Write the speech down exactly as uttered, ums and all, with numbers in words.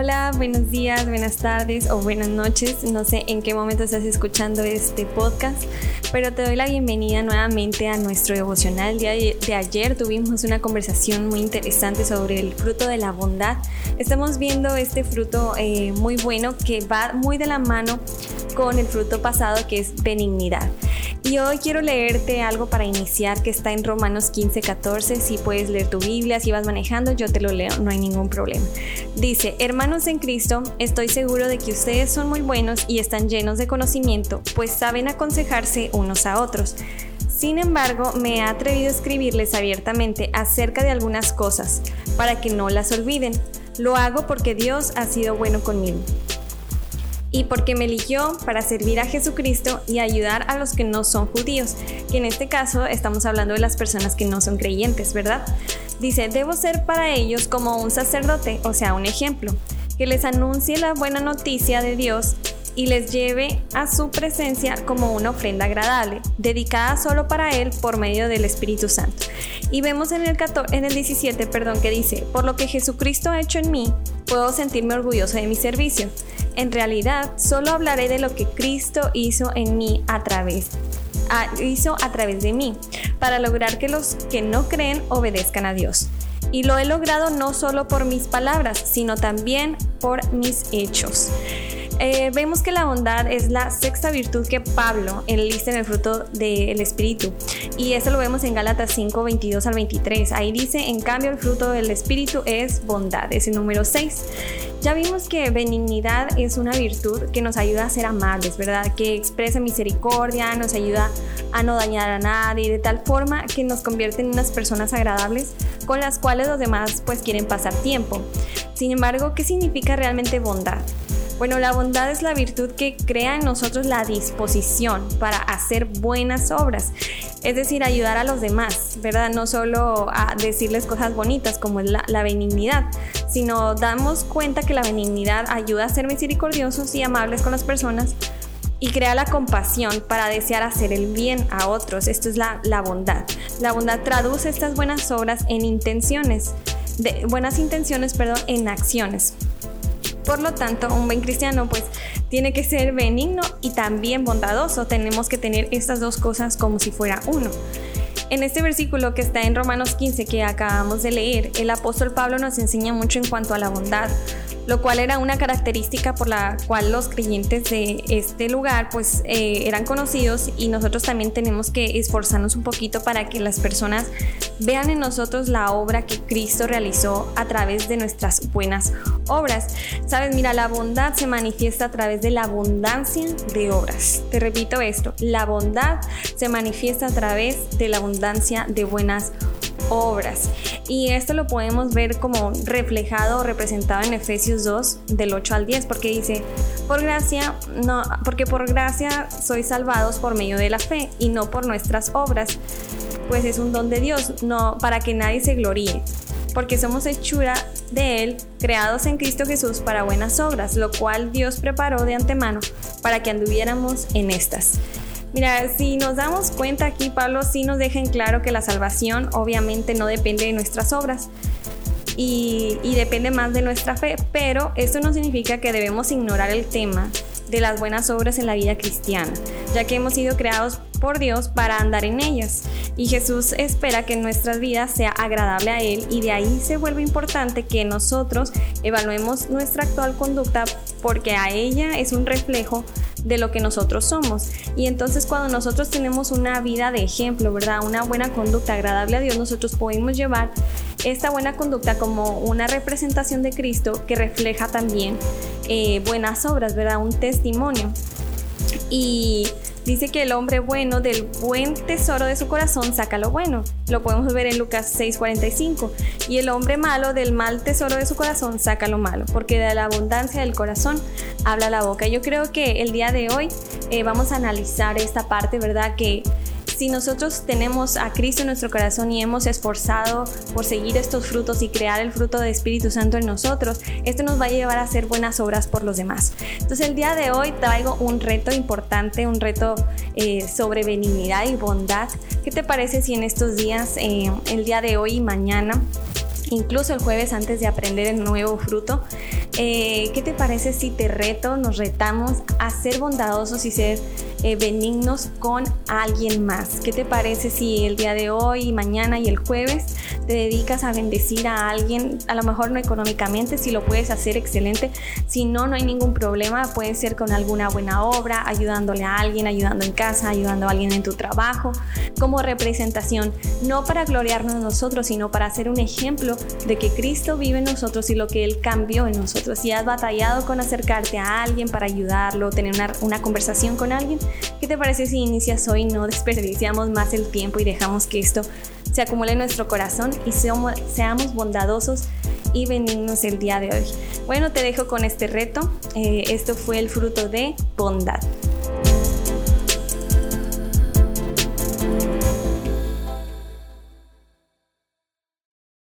Hola, buenos días, buenas tardes o buenas noches. No sé en qué momento estás escuchando este podcast, pero te doy la bienvenida nuevamente a nuestro devocional. El día de, de ayer tuvimos una conversación muy interesante sobre el fruto de la bondad. Estamos viendo este fruto eh, muy bueno que va muy de la mano con el fruto pasado, que es benignidad. Y hoy quiero leerte algo para iniciar que está en Romanos quince catorce. Si puedes leer tu Biblia, si vas manejando, yo te lo leo, no hay ningún problema. Dice: hermanos en Cristo, estoy seguro de que ustedes son muy buenos y están llenos de conocimiento, pues saben aconsejarse unos a otros. Sin embargo, me he atrevido a escribirles abiertamente acerca de algunas cosas, para que no las olviden. Lo hago porque Dios ha sido bueno conmigo, y porque me eligió para servir a Jesucristo y ayudar a los que no son judíos, que en este caso estamos hablando de las personas que no son creyentes, ¿verdad? Dice: debo ser para ellos como un sacerdote, o sea, un ejemplo, que les anuncie la buena noticia de Dios y les lleve a su presencia como una ofrenda agradable, dedicada solo para Él por medio del Espíritu Santo. Y vemos en el, catorce, en el diecisiete, perdón, que dice: por lo que Jesucristo ha hecho en mí, puedo sentirme orgulloso de mi servicio. En realidad, solo hablaré de lo que Cristo hizo en mí a través, a, hizo a través de mí, para lograr que los que no creen obedezcan a Dios. Y lo he logrado no solo por mis palabras, sino también por mis hechos. Eh, vemos que la bondad es la sexta virtud que Pablo enlista en el fruto del Espíritu, y eso lo vemos en Gálatas cinco, veintidós al veintitrés. Ahí dice: en cambio el fruto del Espíritu es bondad, es el número seis. Ya vimos que benignidad es una virtud que nos ayuda a ser amables, ¿verdad? Que expresa misericordia, nos ayuda a no dañar a nadie, de tal forma que nos convierte en unas personas agradables con las cuales los demás pues quieren pasar tiempo. Sin embargo, ¿qué significa realmente bondad? Bueno, la bondad es la virtud que crea en nosotros la disposición para hacer buenas obras, es decir, ayudar a los demás, ¿verdad? No solo a decirles cosas bonitas como es la, la benignidad, sino damos cuenta que la benignidad ayuda a ser misericordiosos y amables con las personas y crea la compasión para desear hacer el bien a otros. Esto es la, la bondad. La bondad traduce estas buenas obras en intenciones, de, buenas intenciones, perdón, en acciones. Por lo tanto, un buen cristiano pues tiene que ser benigno y también bondadoso. Tenemos que tener estas dos cosas como si fuera uno. En este versículo que está en Romanos quince que acabamos de leer, el apóstol Pablo nos enseña mucho en cuanto a la bondad, lo cual era una característica por la cual los creyentes de este lugar pues eh, eran conocidos, y nosotros también tenemos que esforzarnos un poquito para que las personas vean en nosotros la obra que Cristo realizó a través de nuestras buenas obras. Sabes, mira, la bondad se manifiesta a través de la abundancia de obras. Te repito esto: la bondad se manifiesta a través de la abundancia de buenas obras. Y esto lo podemos ver como reflejado o representado en Efesios dos, del ocho al diez, porque dice: por gracia, no, porque por gracia sois salvados por medio de la fe, y no por nuestras obras, pues es un don de Dios, no para que nadie se gloríe, porque somos hechura de Él, creados en Cristo Jesús para buenas obras, lo cual Dios preparó de antemano para que anduviéramos en estas. Mira, si nos damos cuenta aquí, Pablo sí nos deja en claro que la salvación obviamente no depende de nuestras obras y, y depende más de nuestra fe, pero esto no significa que debemos ignorar el tema de las buenas obras en la vida cristiana, ya que hemos sido creados por Dios para andar en ellas, y Jesús espera que nuestras vidas sea agradable a Él, y de ahí se vuelve importante que nosotros evaluemos nuestra actual conducta, porque a ella es un reflejo de lo que nosotros somos. Y entonces cuando nosotros tenemos una vida de ejemplo, ¿verdad? Una buena conducta agradable a Dios, nosotros podemos llevar esta buena conducta como una representación de Cristo que refleja también eh, buenas obras, ¿verdad? Un testimonio. Y dice que el hombre bueno del buen tesoro de su corazón saca lo bueno. Lo podemos ver en Lucas seis cuarenta y cinco. Y el hombre malo del mal tesoro de su corazón saca lo malo, porque de la abundancia del corazón habla la boca. Yo creo que el día de hoy eh, vamos a analizar esta parte, ¿verdad? Que si nosotros tenemos a Cristo en nuestro corazón y hemos esforzado por seguir estos frutos y crear el fruto del Espíritu Santo en nosotros, esto nos va a llevar a hacer buenas obras por los demás. Entonces el día de hoy traigo un reto importante, un reto eh, sobre benignidad y bondad. ¿Qué te parece si en estos días, eh, el día de hoy y mañana, incluso el jueves antes de aprender el nuevo fruto, Eh, ¿Qué te parece si te reto, nos retamos a ser bondadosos y ser eh, benignos con alguien más? ¿Qué te parece si el día de hoy, mañana y el jueves te dedicas a bendecir a alguien? A lo mejor no económicamente, si lo puedes hacer, excelente. Si no, no hay ningún problema. Puede ser con alguna buena obra, ayudándole a alguien, ayudando en casa, ayudando a alguien en tu trabajo, como representación, no para gloriarnos nosotros, sino para hacer un ejemplo de que Cristo vive en nosotros y lo que Él cambió en nosotros. Si has batallado con acercarte a alguien para ayudarlo, tener una, una conversación con alguien, ¿qué te parece si inicias hoy? No desperdiciamos más el tiempo y dejamos que esto se acumule en nuestro corazón y seamos, seamos bondadosos y benignos el día de hoy. Bueno, te dejo con este reto. Eh, esto fue el fruto de bondad.